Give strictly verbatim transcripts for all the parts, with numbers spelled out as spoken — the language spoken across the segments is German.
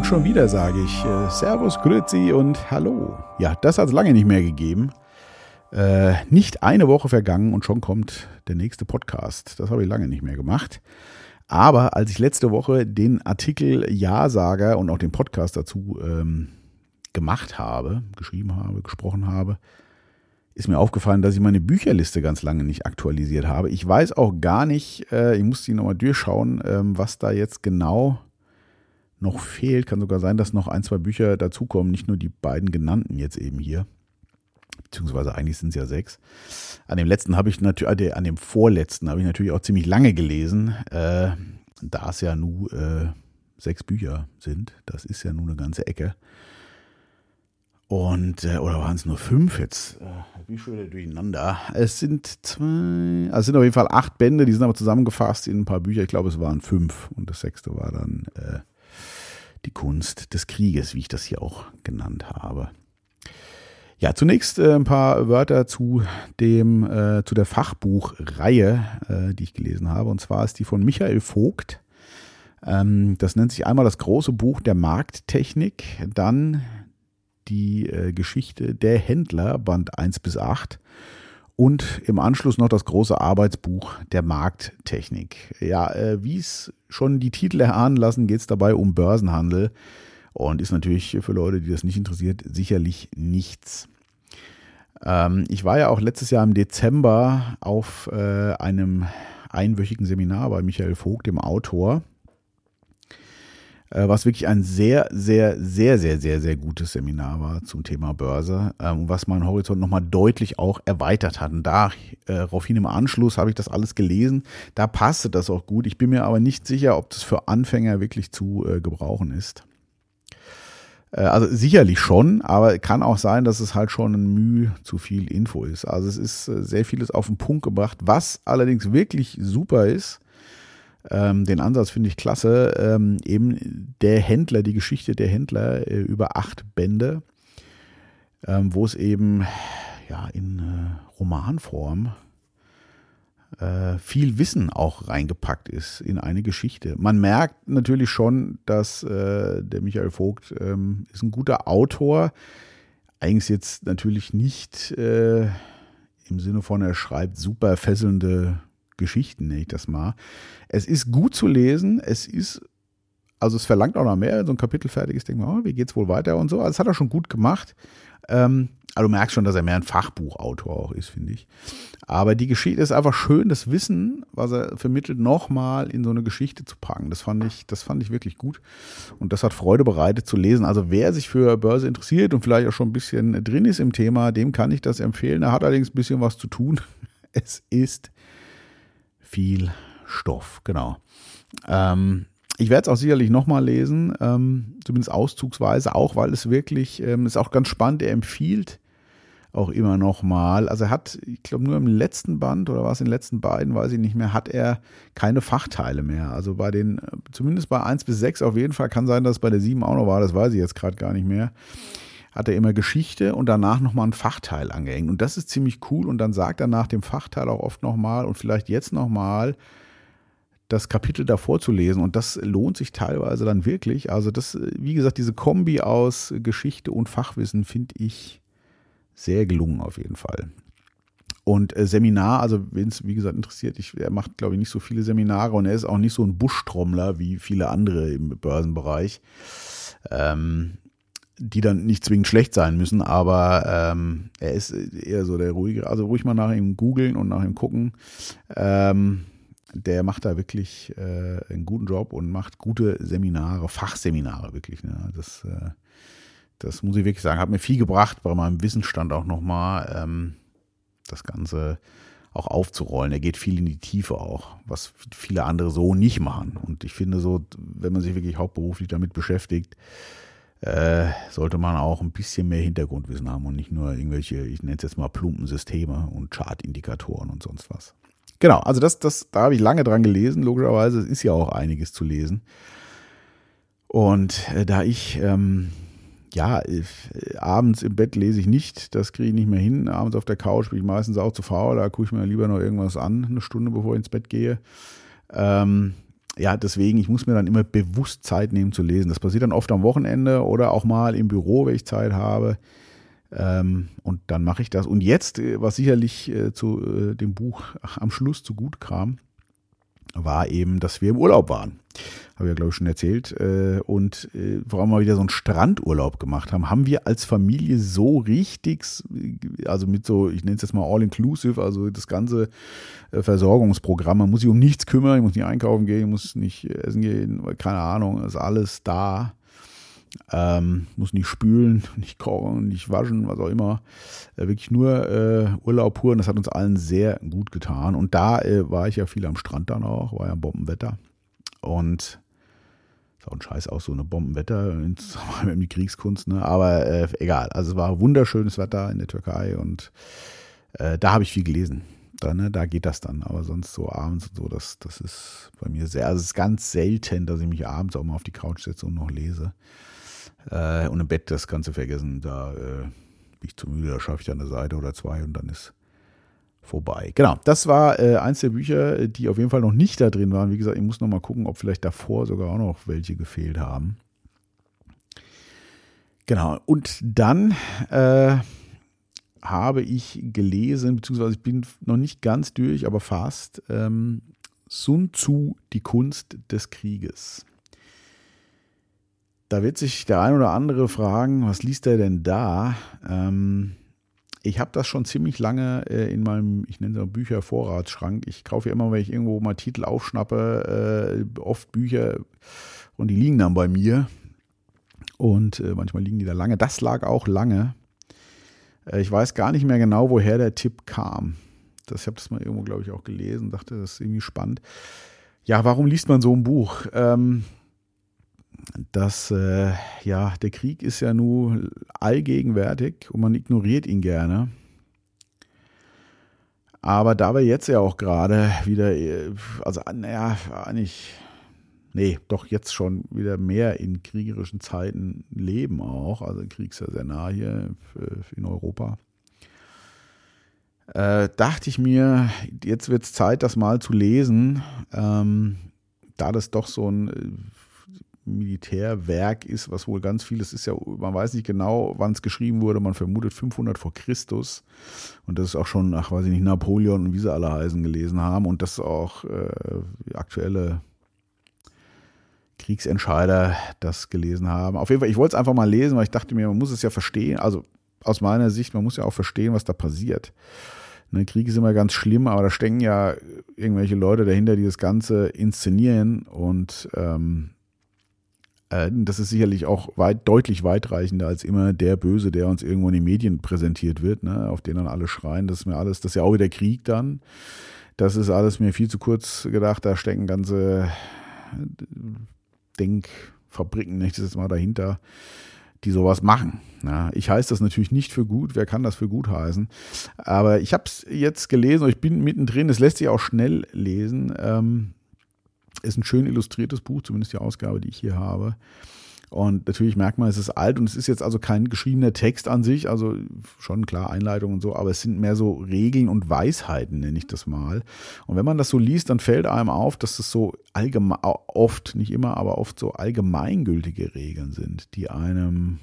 Und schon wieder sage ich äh, Servus, Grüezi und Hallo. Ja, das hat es lange nicht mehr gegeben. Äh, nicht eine Woche vergangen und schon kommt der nächste Podcast. Das habe ich lange nicht mehr gemacht. Aber als ich letzte Woche den Artikel Ja-Sager und auch den Podcast dazu ähm, gemacht habe, geschrieben habe, gesprochen habe, ist mir aufgefallen, dass ich meine Bücherliste ganz lange nicht aktualisiert habe. Ich weiß auch gar nicht, äh, ich muss die nochmal durchschauen, ähm, was da jetzt genau noch fehlt. Kann sogar sein, dass noch ein, zwei Bücher dazukommen, nicht nur die beiden genannten jetzt eben hier. Beziehungsweise eigentlich sind es ja sechs. An dem letzten habe ich natürlich, an dem vorletzten habe ich natürlich auch ziemlich lange gelesen, äh, da es ja nur äh, sechs Bücher sind. Das ist ja nur eine ganze Ecke. Und, äh, oder waren es nur fünf jetzt? Äh, wie schön durcheinander. Es sind zwei, also es sind auf jeden Fall acht Bände, die sind aber zusammengefasst in ein paar Bücher. Ich glaube, es waren fünf. Und das sechste war dann äh, die Kunst des Krieges, wie ich das hier auch genannt habe. Ja, zunächst äh, ein paar Wörter zu dem äh, zu der Fachbuchreihe, äh, die ich gelesen habe. Und zwar ist die von Michael Vogt. Ähm, das nennt sich einmal das große Buch der Markttechnik, dann die äh, Geschichte der Händler, Band eins bis acht. Und im Anschluss noch das große Arbeitsbuch der Markttechnik. Ja, äh, wie es schon die Titel erahnen lassen, geht es dabei um Börsenhandel. Und ist natürlich für Leute, die das nicht interessiert, sicherlich nichts. Ähm, ich war ja auch letztes Jahr im Dezember auf äh, einem einwöchigen Seminar bei Michael Vogt, dem Autor, äh, was wirklich ein sehr, sehr, sehr, sehr, sehr, sehr gutes Seminar war zum Thema Börse, ähm, was meinen Horizont nochmal deutlich auch erweitert hat. Und daraufhin im Anschluss habe ich das alles gelesen. Da passte das auch gut. Ich bin mir aber nicht sicher, ob das für Anfänger wirklich zu äh, gebrauchen ist. Also sicherlich schon, aber kann auch sein, dass es halt schon ein Mühe zu viel Info ist. Also es ist sehr vieles auf den Punkt gebracht, was allerdings wirklich super ist. Ähm, den Ansatz finde ich klasse. Ähm, eben der Händler, die Geschichte der Händler äh, über acht Bände, ähm, wo es eben ja in äh, Romanform viel Wissen auch reingepackt ist in eine Geschichte. Man merkt natürlich schon, dass äh, der Michael Vogt ähm, ist ein guter Autor. Eigentlich jetzt natürlich nicht äh, im Sinne von, er schreibt super fesselnde Geschichten, nenne ich das mal. Es ist gut zu lesen, es ist, also es verlangt auch noch mehr, wenn so ein Kapitel fertig ist, denkt man, oh, wie geht's wohl weiter und so. Also das hat er schon gut gemacht. Ähm, aber du merkst schon, dass er mehr ein Fachbuchautor auch ist, finde ich. Aber die Geschichte ist einfach schön, das Wissen, was er vermittelt, nochmal in so eine Geschichte zu packen. Das fand ich, das fand ich wirklich gut. Und das hat Freude bereitet zu lesen. Also wer sich für Börse interessiert und vielleicht auch schon ein bisschen drin ist im Thema, dem kann ich das empfehlen. Er hat allerdings ein bisschen was zu tun. Es ist viel Stoff, genau. Ähm, Ich werde es auch sicherlich nochmal lesen, ähm, zumindest auszugsweise, auch weil es wirklich, ähm, ist auch ganz spannend, er empfiehlt auch immer nochmal, also er hat, ich glaube nur im letzten Band oder war es in den letzten beiden, weiß ich nicht mehr, hat er keine Fachteile mehr. Also bei den, zumindest bei eins bis sechs auf jeden Fall, kann sein, dass es bei der sieben auch noch war, das weiß ich jetzt gerade gar nicht mehr, hat er immer Geschichte und danach nochmal ein Fachteil angehängt. Und das ist ziemlich cool und dann sagt er nach dem Fachteil auch oft nochmal und vielleicht jetzt nochmal, das Kapitel davor zu lesen und das lohnt sich teilweise dann wirklich. Also das, wie gesagt, diese Kombi aus Geschichte und Fachwissen finde ich sehr gelungen auf jeden Fall. Und äh, Seminar, also wen es wie gesagt interessiert, ich, er macht glaube ich nicht so viele Seminare und er ist auch nicht so ein Buschtrommler wie viele andere im Börsenbereich, ähm, die dann nicht zwingend schlecht sein müssen, aber ähm, er ist eher so der ruhige, also ruhig mal nach ihm googeln und nach ihm gucken. Ähm, Der macht da wirklich äh, einen guten Job und macht gute Seminare, Fachseminare wirklich. Ne? Das, äh, das muss ich wirklich sagen, hat mir viel gebracht, bei meinem Wissensstand auch nochmal ähm, das Ganze auch aufzurollen. Er geht viel in die Tiefe auch, was viele andere so nicht machen. Und ich finde so, wenn man sich wirklich hauptberuflich damit beschäftigt, äh, sollte man auch ein bisschen mehr Hintergrundwissen haben und nicht nur irgendwelche, ich nenne es jetzt mal plumpen Systeme und Chartindikatoren und sonst was. Genau, also das, das, da habe ich lange dran gelesen, logischerweise, es ist ja auch einiges zu lesen. Und äh, da ich, ähm, ja, äh, abends im Bett lese ich nicht, das kriege ich nicht mehr hin. Abends auf der Couch bin ich meistens auch zu faul, da gucke ich mir lieber noch irgendwas an, eine Stunde bevor ich ins Bett gehe. Ähm, ja, deswegen, ich muss mir dann immer bewusst Zeit nehmen zu lesen. Das passiert dann oft am Wochenende oder auch mal im Büro, wenn ich Zeit habe. Ähm, und dann mache ich das. Und jetzt, was sicherlich äh, zu äh, dem Buch am Schluss zu gut kam, war eben, dass wir im Urlaub waren. Habe ich ja, glaube ich, schon erzählt. Äh, und äh, vor allem mal wieder so einen Strandurlaub gemacht haben. Haben wir als Familie so richtig, also mit so, ich nenne es jetzt mal All-Inclusive, also das ganze äh, Versorgungsprogramm. Man muss sich um nichts kümmern, ich muss nicht einkaufen gehen, ich muss nicht essen gehen, keine Ahnung, ist alles da. Ähm, muss nicht spülen, nicht kochen, nicht waschen, was auch immer. Äh, wirklich nur äh, Urlaub pur und das hat uns allen sehr gut getan. Und da äh, war ich ja viel am Strand dann auch, war ja Bombenwetter. Und ist auch ein Scheiß auch so eine Bombenwetter, in die Kriegskunst, ne? Aber äh, egal. Also es war wunderschönes Wetter in der Türkei und äh, da habe ich viel gelesen. Da, ne, da geht das dann. Aber sonst so abends und so, das, das ist bei mir sehr, also es ist ganz selten, dass ich mich abends auch mal auf die Couch setze und noch lese. Äh, und im Bett das Ganze vergessen. Da äh, bin ich zu müde, da schaffe ich dann eine Seite oder zwei und dann ist vorbei. Genau, das war äh, eins der Bücher, die auf jeden Fall noch nicht da drin waren. Wie gesagt, ich muss noch mal gucken, ob vielleicht davor sogar auch noch welche gefehlt haben. Genau, und dann äh, habe ich gelesen, beziehungsweise ich bin noch nicht ganz durch, aber fast, ähm, Sun Tzu, die Kunst des Krieges. Da wird sich der ein oder andere fragen, was liest er denn da? Ähm, ich habe das schon ziemlich lange äh, in meinem, ich nenne es mal Büchervorratsschrank. Ich kaufe ja immer, wenn ich irgendwo mal Titel aufschnappe, äh, oft Bücher und die liegen dann bei mir. Und äh, manchmal liegen die da lange. Das lag auch lange. Äh, ich weiß gar nicht mehr genau, woher der Tipp kam. Das, ich habe das mal irgendwo, glaube ich, auch gelesen, dachte, das ist irgendwie spannend. Ja, warum liest man so ein Buch? Ähm, Das, äh, ja, der Krieg ist ja nur allgegenwärtig und man ignoriert ihn gerne. Aber da wir jetzt ja auch gerade wieder, also naja, eigentlich, nee, doch jetzt schon wieder mehr in kriegerischen Zeiten leben auch. Also der Krieg ist ja sehr nah hier in Europa. Äh, dachte ich mir, jetzt wird es Zeit, das mal zu lesen, ähm, da das doch so ein Militärwerk ist, was wohl ganz vieles ist ja, man weiß nicht genau, wann es geschrieben wurde, man vermutet fünfhundert vor Christus und das ist auch schon, ach weiß ich nicht, Napoleon und wie sie alle heißen gelesen haben und dass auch äh, aktuelle Kriegsentscheider das gelesen haben. Auf jeden Fall, ich wollte es einfach mal lesen, weil ich dachte mir, man muss es ja verstehen, also aus meiner Sicht, man muss ja auch verstehen, was da passiert. Ne, Krieg ist immer ganz schlimm, aber da stecken ja irgendwelche Leute dahinter, die das Ganze inszenieren und ähm, das ist sicherlich auch weit, deutlich weitreichender als immer der Böse, der uns irgendwo in den Medien präsentiert wird, ne, auf den dann alle schreien. Das ist mir alles, das ist ja auch wieder Krieg dann. Das ist alles mir viel zu kurz gedacht. Da stecken ganze Denkfabriken, nicht, das ist mal dahinter, die sowas machen. Ja, ich heiße das natürlich nicht für gut. Wer kann das für gut heißen? Aber ich habe es jetzt gelesen und ich bin mittendrin. Es lässt sich auch schnell lesen. Ähm, Ist ein schön illustriertes Buch, zumindest die Ausgabe, die ich hier habe. Und natürlich merkt man, es ist alt und es ist jetzt also kein geschriebener Text an sich, also schon klar Einleitung und so, aber es sind mehr so Regeln und Weisheiten, nenne ich das mal. Und wenn man das so liest, dann fällt einem auf, dass das so allgemein, oft, nicht immer, aber oft so allgemeingültige Regeln sind, die einem,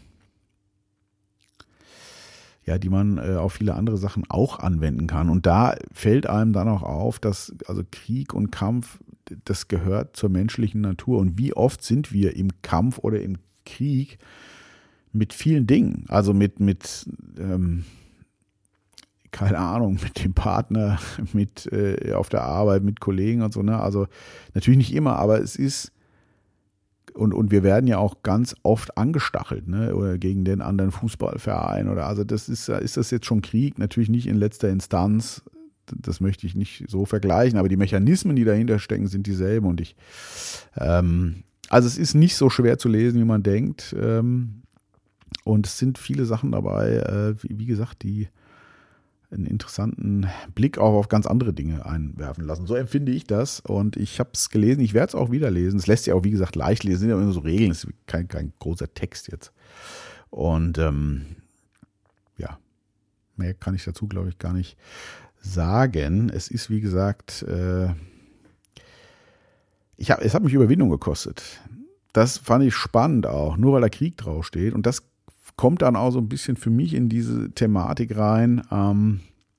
ja, die man äh, auf viele andere Sachen auch anwenden kann. Und da fällt einem dann auch auf, dass also Krieg und Kampf, das gehört zur menschlichen Natur. Und wie oft sind wir im Kampf oder im Krieg mit vielen Dingen, also mit, mit ähm, keine Ahnung, mit dem Partner, mit äh, auf der Arbeit, mit Kollegen und so, ne? Also natürlich nicht immer, aber es ist Und, und wir werden ja auch ganz oft angestachelt, ne, oder gegen den anderen Fußballverein oder also das ist, ist das jetzt schon Krieg? Natürlich nicht in letzter Instanz, das möchte ich nicht so vergleichen, aber die Mechanismen, die dahinter stecken, sind dieselben und ich, ähm, also es ist nicht so schwer zu lesen, wie man denkt, ähm, und es sind viele Sachen dabei, äh, wie, wie gesagt, die einen interessanten Blick auch auf ganz andere Dinge einwerfen lassen. So empfinde ich das und ich habe es gelesen, ich werde es auch wieder lesen. Es lässt sich auch, wie gesagt, leicht lesen, es sind ja immer so Regeln, es ist kein, kein großer Text jetzt. Und ähm, ja, mehr kann ich dazu, glaube ich, gar nicht sagen. Es ist, wie gesagt, äh, ich hab, es hat mich Überwindung gekostet. Das fand ich spannend auch, nur weil da Krieg draufsteht. Und das kommt dann auch so ein bisschen für mich in diese Thematik rein. Ähm,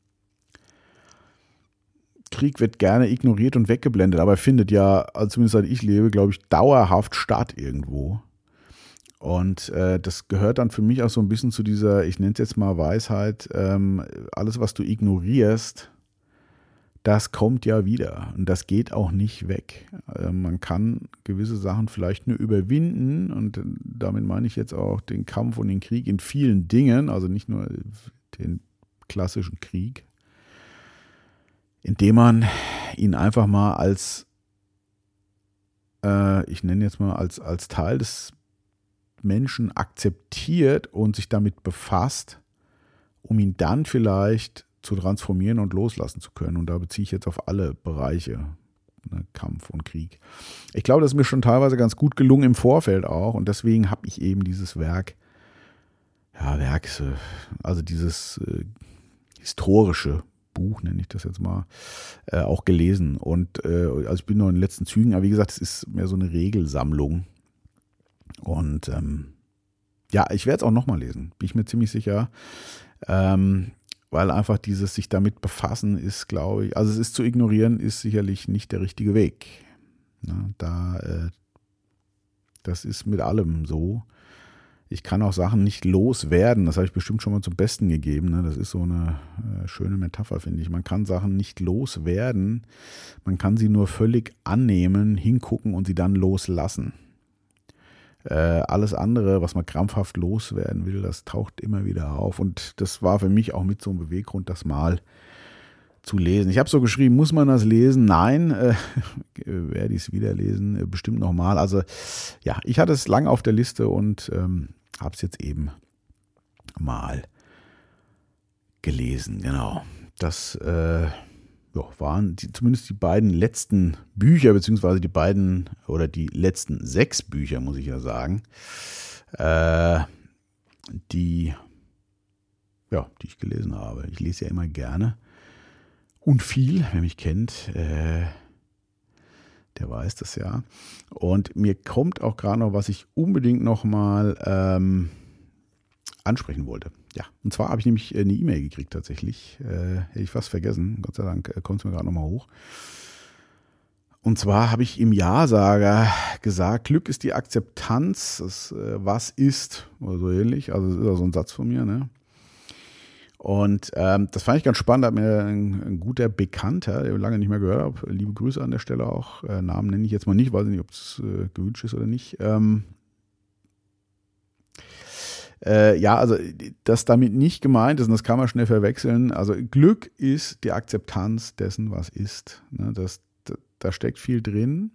Krieg wird gerne ignoriert und weggeblendet, aber findet ja, also zumindest seit ich lebe, glaube ich, dauerhaft statt irgendwo. Und äh, das gehört dann für mich auch so ein bisschen zu dieser, ich nenne es jetzt mal Weisheit, ähm, alles, was du ignorierst, das kommt ja wieder und das geht auch nicht weg. Äh, man kann gewisse Sachen vielleicht nur überwinden und damit meine ich jetzt auch den Kampf und den Krieg in vielen Dingen, also nicht nur den klassischen Krieg, indem man ihn einfach mal als, äh, ich nenne jetzt mal als, als Teil des Menschen akzeptiert und sich damit befasst, um ihn dann vielleicht zu transformieren und loslassen zu können. Und da beziehe ich jetzt auf alle Bereiche, ne, Kampf und Krieg. Ich glaube, das ist mir schon teilweise ganz gut gelungen im Vorfeld auch. Und deswegen habe ich eben dieses Werk, ja, Werk, also dieses äh, historische Buch, nenne ich das jetzt mal, äh, auch gelesen. Und äh, also ich bin noch in den letzten Zügen, aber wie gesagt, es ist mehr so eine Regelsammlung. Und ähm, ja, ich werde es auch nochmal lesen, bin ich mir ziemlich sicher. Ähm, weil einfach dieses sich damit befassen ist, glaube ich, also es ist zu ignorieren, ist sicherlich nicht der richtige Weg. Na, da, äh, das ist mit allem so. Ich kann auch Sachen nicht loswerden, das habe ich bestimmt schon mal zum Besten gegeben. Ne? Das ist so eine äh, schöne Metapher, finde ich. Man kann Sachen nicht loswerden, man kann sie nur völlig annehmen, hingucken und sie dann loslassen. Äh, alles andere, was man krampfhaft loswerden will, das taucht immer wieder auf. Und das war für mich auch mit so einem Beweggrund, das mal zu lesen. Ich habe so geschrieben, muss man das lesen? Nein, äh, werde ich es wieder lesen, äh, bestimmt nochmal. Also ja, ich hatte es lang auf der Liste und ähm, habe es jetzt eben mal gelesen. Genau, das äh, ja, waren die, zumindest die beiden letzten Bücher, beziehungsweise die beiden oder die letzten sechs Bücher, muss ich ja sagen, äh, die, ja, die ich gelesen habe. Ich lese ja immer gerne und viel, wer mich kennt, äh, der weiß das ja. Und mir kommt auch gerade noch, was ich unbedingt nochmal ähm, ansprechen wollte. Ja, und zwar habe ich nämlich eine E-Mail gekriegt tatsächlich. Äh, hätte ich fast vergessen. Gott sei Dank kommt es mir gerade nochmal hoch. Und zwar habe ich im Ja-Sager gesagt, Glück ist die Akzeptanz, das, äh, was ist, oder so ähnlich. Also das ist ja so ein Satz von mir, ne? Und ähm, das fand ich ganz spannend, da hat mir ein, ein guter Bekannter, der ich lange nicht mehr gehört habe, liebe Grüße an der Stelle auch, äh, Namen nenne ich jetzt mal nicht, weiß nicht, ob es äh, gewünscht ist oder nicht, ähm, Äh, ja, also das damit nicht gemeint ist, und das kann man schnell verwechseln, also Glück ist die Akzeptanz dessen, was ist. Ne, das, da, da steckt viel drin.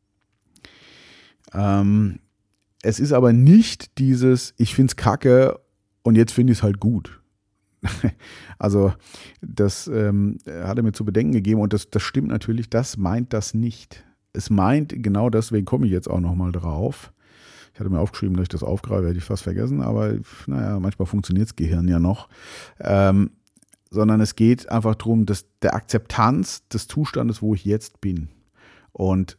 Ähm, es ist aber nicht dieses, ich find's kacke und jetzt finde ich es halt gut. Also das ähm, hat er mir zu bedenken gegeben und das, das stimmt natürlich, das meint das nicht. Es meint, genau deswegen komme ich jetzt auch nochmal drauf. Ich hatte mir aufgeschrieben, dass ich das aufgreife, hätte ich fast vergessen, aber naja, manchmal funktioniert das Gehirn ja noch. Ähm, sondern es geht einfach darum, dass der Akzeptanz des Zustandes, wo ich jetzt bin. Und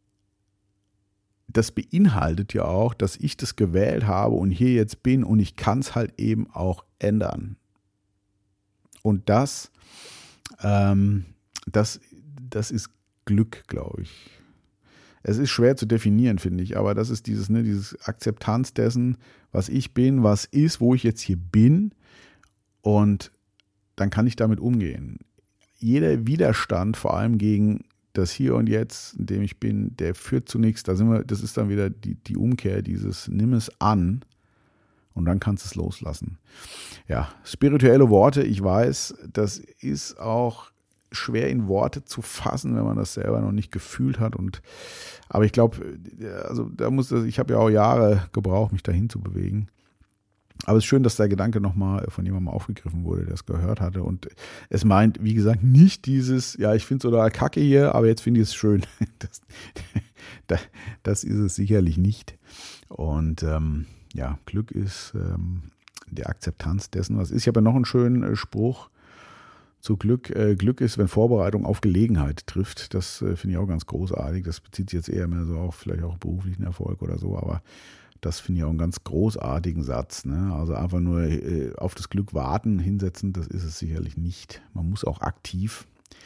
das beinhaltet ja auch, dass ich das gewählt habe und hier jetzt bin und ich kann es halt eben auch ändern. Und das, ähm, das, das ist Glück, glaube ich. Es ist schwer zu definieren, finde ich, aber das ist dieses, ne, dieses Akzeptanz dessen, was ich bin, was ist, wo ich jetzt hier bin und dann kann ich damit umgehen. Jeder Widerstand, vor allem gegen das Hier und Jetzt, in dem ich bin, der führt zu nichts. Da sind wir, das ist dann wieder die, die Umkehr, dieses nimm es an und dann kannst du es loslassen. Ja, spirituelle Worte, ich weiß, das ist auch schwer in Worte zu fassen, wenn man das selber noch nicht gefühlt hat. Und aber ich glaube, also da muss das, ich habe ja auch Jahre gebraucht, mich dahin zu bewegen. Aber es ist schön, dass der Gedanke nochmal von jemandem aufgegriffen wurde, der es gehört hatte. Und es meint, wie gesagt, nicht dieses, ja, ich finde es total kacke hier, aber jetzt finde ich es schön. Das, das, das ist es sicherlich nicht. Und ähm, ja, Glück ist ähm, die Akzeptanz dessen, was ist. Ich habe ja noch einen schönen äh, Spruch. zu Glück, äh, Glück ist, wenn Vorbereitung auf Gelegenheit trifft. Das äh, finde ich auch ganz großartig. Das bezieht sich jetzt eher mehr so auf vielleicht auch beruflichen Erfolg oder so, aber das finde ich auch einen ganz großartigen Satz. Ne? Also einfach nur äh, auf das Glück warten, hinsetzen, das ist es sicherlich nicht. Man muss auch aktiv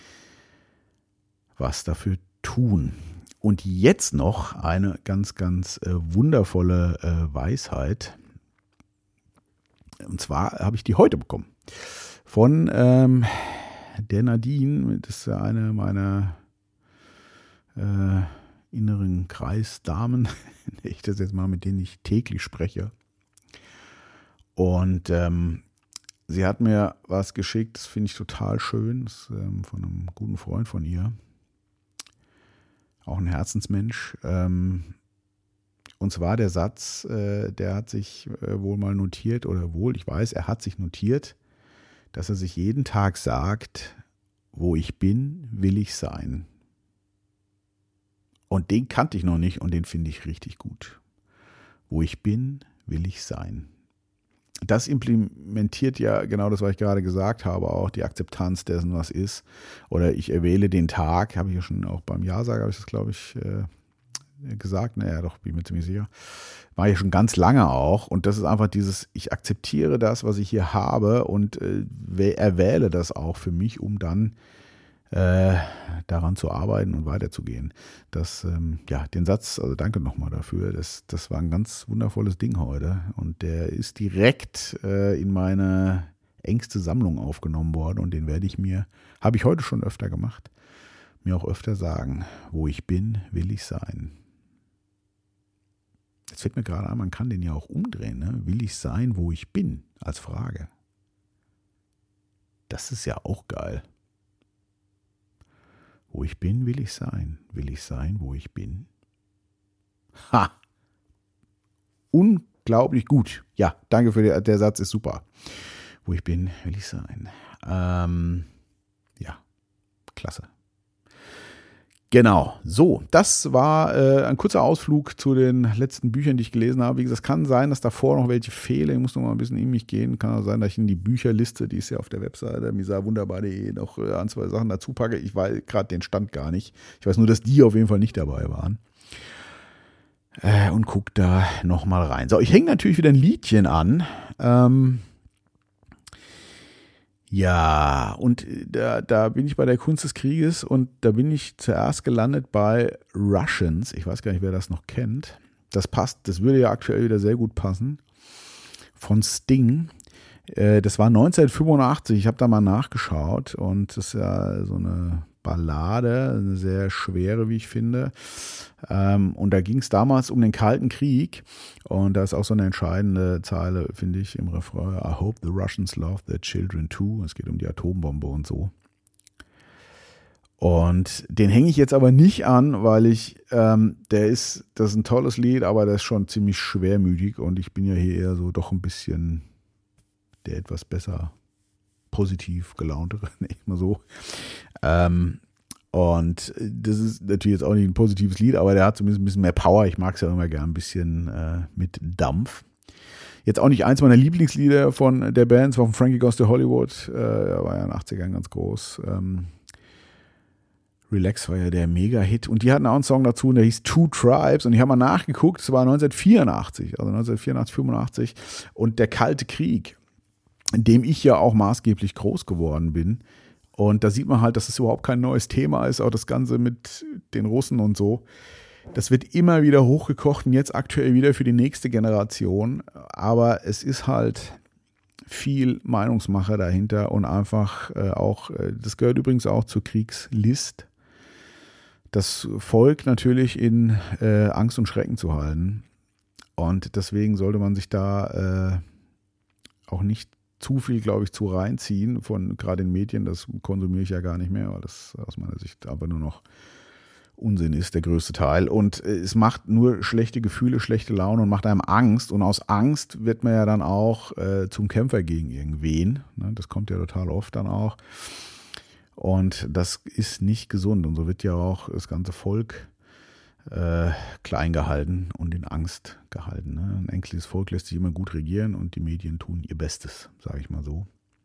was dafür tun. Und jetzt noch eine ganz, ganz äh, wundervolle äh, Weisheit. Und zwar habe ich die heute bekommen. Von ähm, der Nadine, das ist eine meiner äh, inneren Kreisdamen, ich das jetzt mal, mit denen ich täglich spreche. Und ähm, sie hat mir was geschickt, das finde ich total schön, das ist ähm, von einem guten Freund von ihr, auch ein Herzensmensch. Ähm, und zwar der Satz, äh, der hat sich äh, wohl mal notiert, oder wohl, ich weiß, er hat sich notiert, dass er sich jeden Tag sagt, wo ich bin, will ich sein. Und den kannte ich noch nicht und den finde ich richtig gut. Wo ich bin, will ich sein. Das implementiert ja genau das, was ich gerade gesagt habe, auch die Akzeptanz dessen, was ist. Oder ich erwähle den Tag, habe ich ja schon auch beim Ja-Sager, habe ich das, glaube ich, äh, gesagt. Naja, doch, bin mir ziemlich sicher. War ja schon ganz lange auch. Und das ist einfach dieses, ich akzeptiere das, was ich hier habe und äh, erwähle das auch für mich, um dann äh, daran zu arbeiten und weiterzugehen. Das, ähm, ja, den Satz, also danke nochmal dafür. Das, das war ein ganz wundervolles Ding heute. Und der ist direkt äh, in meine engste Sammlung aufgenommen worden. Und den werde ich mir, habe ich heute schon öfter gemacht, mir auch öfter sagen, wo ich bin, will ich sein. Jetzt fällt mir gerade an, man kann den ja auch umdrehen. Ne? Will ich sein, wo ich bin? Als Frage. Das ist ja auch geil. Wo ich bin, will ich sein. Will ich sein, wo ich bin? Ha! Unglaublich gut. Ja, danke für den, der Satz ist super. Wo ich bin, will ich sein. Ähm, ja, klasse. Genau, so, das war äh, ein kurzer Ausflug zu den letzten Büchern, die ich gelesen habe. Wie gesagt, es kann sein, dass davor noch welche fehlen. Ich muss noch mal ein bisschen in mich gehen. Kann auch sein, dass ich in die Bücherliste, die ist ja auf der Webseite misarwunderbar punkt de, noch äh, ein, zwei Sachen dazu packe. Ich weiß gerade den Stand gar nicht. Ich weiß nur, dass die auf jeden Fall nicht dabei waren. Äh, und guck da noch mal rein. So, ich hänge natürlich wieder ein Liedchen an. Ähm, Ja, und da, da bin ich bei der Kunst des Krieges und da bin ich zuerst gelandet bei Russians. Ich weiß gar nicht, wer das noch kennt. Das passt, das würde ja aktuell wieder sehr gut passen. Von Sting. Das war neunzehnhundertfünfundachtzig, ich habe da mal nachgeschaut und das ist ja so eine Ballade, eine sehr schwere, wie ich finde. Und da ging es damals um den Kalten Krieg und da ist auch so eine entscheidende Zeile, finde ich, im Refrain: I hope the Russians love their children too. Es geht um die Atombombe und so. Und den hänge ich jetzt aber nicht an, weil ich, ähm, der ist, das ist ein tolles Lied, aber der ist schon ziemlich schwermütig und ich bin ja hier eher so doch ein bisschen der etwas besser positiv gelauntere, nicht mal so. Ähm, und das ist natürlich jetzt auch nicht ein positives Lied, aber der hat zumindest ein bisschen mehr Power. Ich mag es ja immer gern ein bisschen äh, mit Dampf. Jetzt auch nicht eins meiner Lieblingslieder von der Band, es war von Frankie Goes to Hollywood, äh, er war ja in den achtzigern ganz groß. Ähm, Relax war ja der Mega-Hit und die hatten auch einen Song dazu und der hieß Two Tribes und ich habe mal nachgeguckt, es war neunzehnhundertvierundachtzig, also neunzehnhundertvierundachtzig, fünfundachtzig und der Kalte Krieg, in dem ich ja auch maßgeblich groß geworden bin. Und da sieht man halt, dass es überhaupt kein neues Thema ist, auch das Ganze mit den Russen und so. Das wird immer wieder hochgekocht und jetzt aktuell wieder für die nächste Generation. Aber es ist halt viel Meinungsmache dahinter und einfach äh, auch, äh, das gehört übrigens auch zur Kriegslist, das Volk natürlich in äh, Angst und Schrecken zu halten. Und deswegen sollte man sich da äh, auch nicht zu viel, glaube ich, zu reinziehen von gerade den Medien. Das konsumiere ich ja gar nicht mehr, weil das aus meiner Sicht aber nur noch Unsinn ist, der größte Teil. Und es macht nur schlechte Gefühle, schlechte Laune und macht einem Angst. Und aus Angst wird man ja dann auch äh, zum Kämpfer gegen irgendwen. Ne? Das kommt ja total oft dann auch. Und das ist nicht gesund. Und so wird ja auch das ganze Volk äh, klein gehalten und in Angst gehalten. Ne? Ein ängstliches Volk lässt sich immer gut regieren und die Medien tun ihr Bestes, sage ich mal so.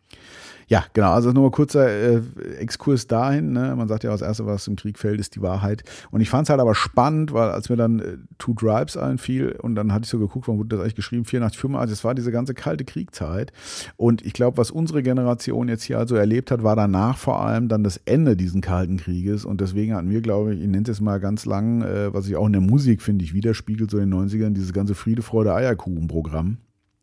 Ja, genau. Also nur mal kurzer äh, Exkurs dahin. Ne? Man sagt ja, das Erste, was im Krieg fällt, ist die Wahrheit. Und ich fand es halt aber spannend, weil als mir dann äh, Two Tribes einfiel und dann hatte ich so geguckt, wann wurde das eigentlich geschrieben? vierundachtzig, fünfundachtzig, das war diese ganze kalte Kriegzeit. Und ich glaube, was unsere Generation jetzt hier also erlebt hat, war danach vor allem dann das Ende diesen kalten Krieges. Und deswegen hatten wir, glaube ich, ich nenne es mal ganz lang, äh, was sich auch in der Musik, finde ich, widerspiegelt, so in den neunzigern, dieses ganze Friede, Freude, Eierkuchen-Programm.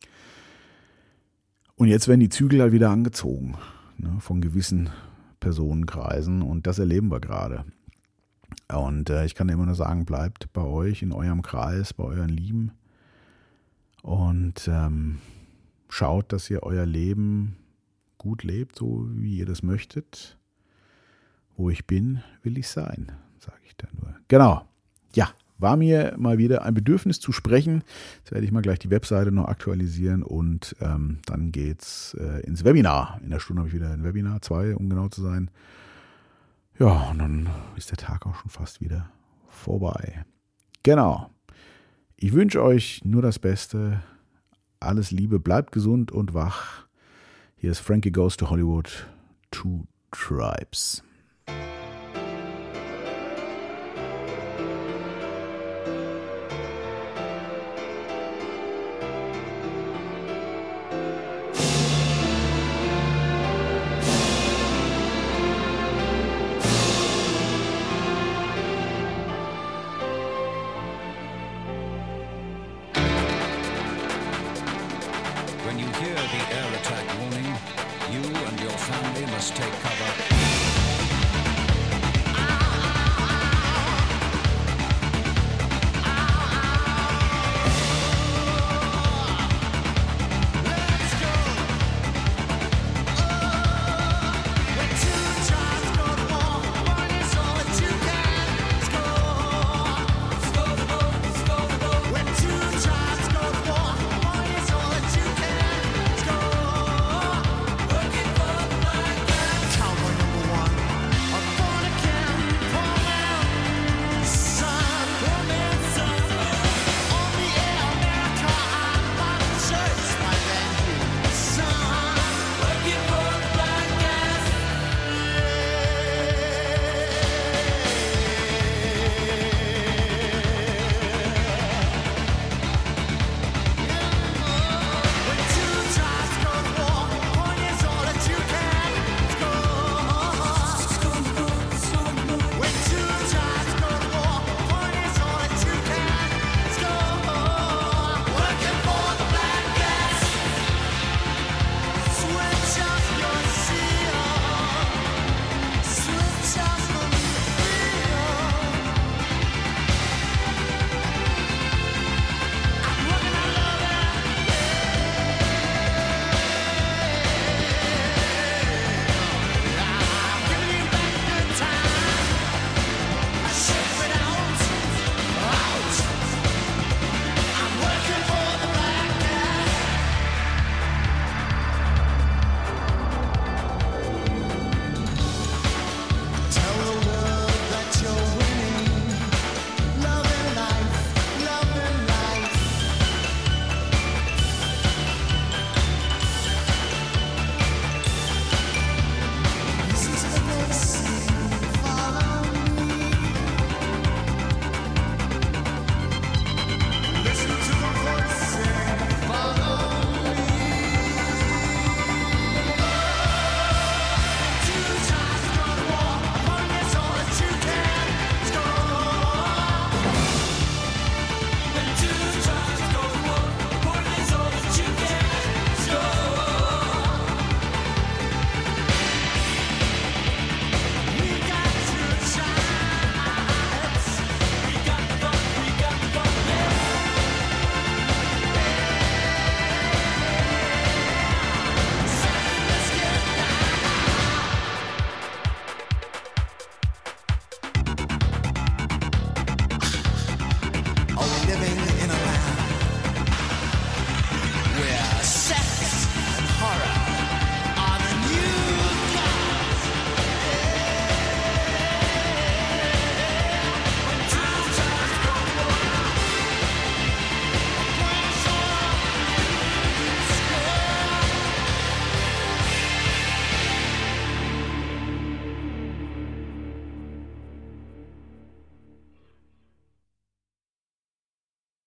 Und jetzt werden die Zügel halt wieder angezogen, ne, von gewissen Personenkreisen und das erleben wir gerade. Und äh, ich kann immer nur sagen, bleibt bei euch, in eurem Kreis, bei euren Lieben und ähm, schaut, dass ihr euer Leben gut lebt, so wie ihr das möchtet. Wo ich bin, will ich sein, sage ich da nur. Genau, ja. War mir mal wieder ein Bedürfnis zu sprechen. Jetzt werde ich mal gleich die Webseite noch aktualisieren und ähm, dann geht's äh, ins Webinar. In der Stunde habe ich wieder ein Webinar, zwei, um genau zu sein. Ja, und dann ist der Tag auch schon fast wieder vorbei. Genau. Ich wünsche euch nur das Beste. Alles Liebe, bleibt gesund und wach. Hier ist Frankie Goes to Hollywood, Two Tribes.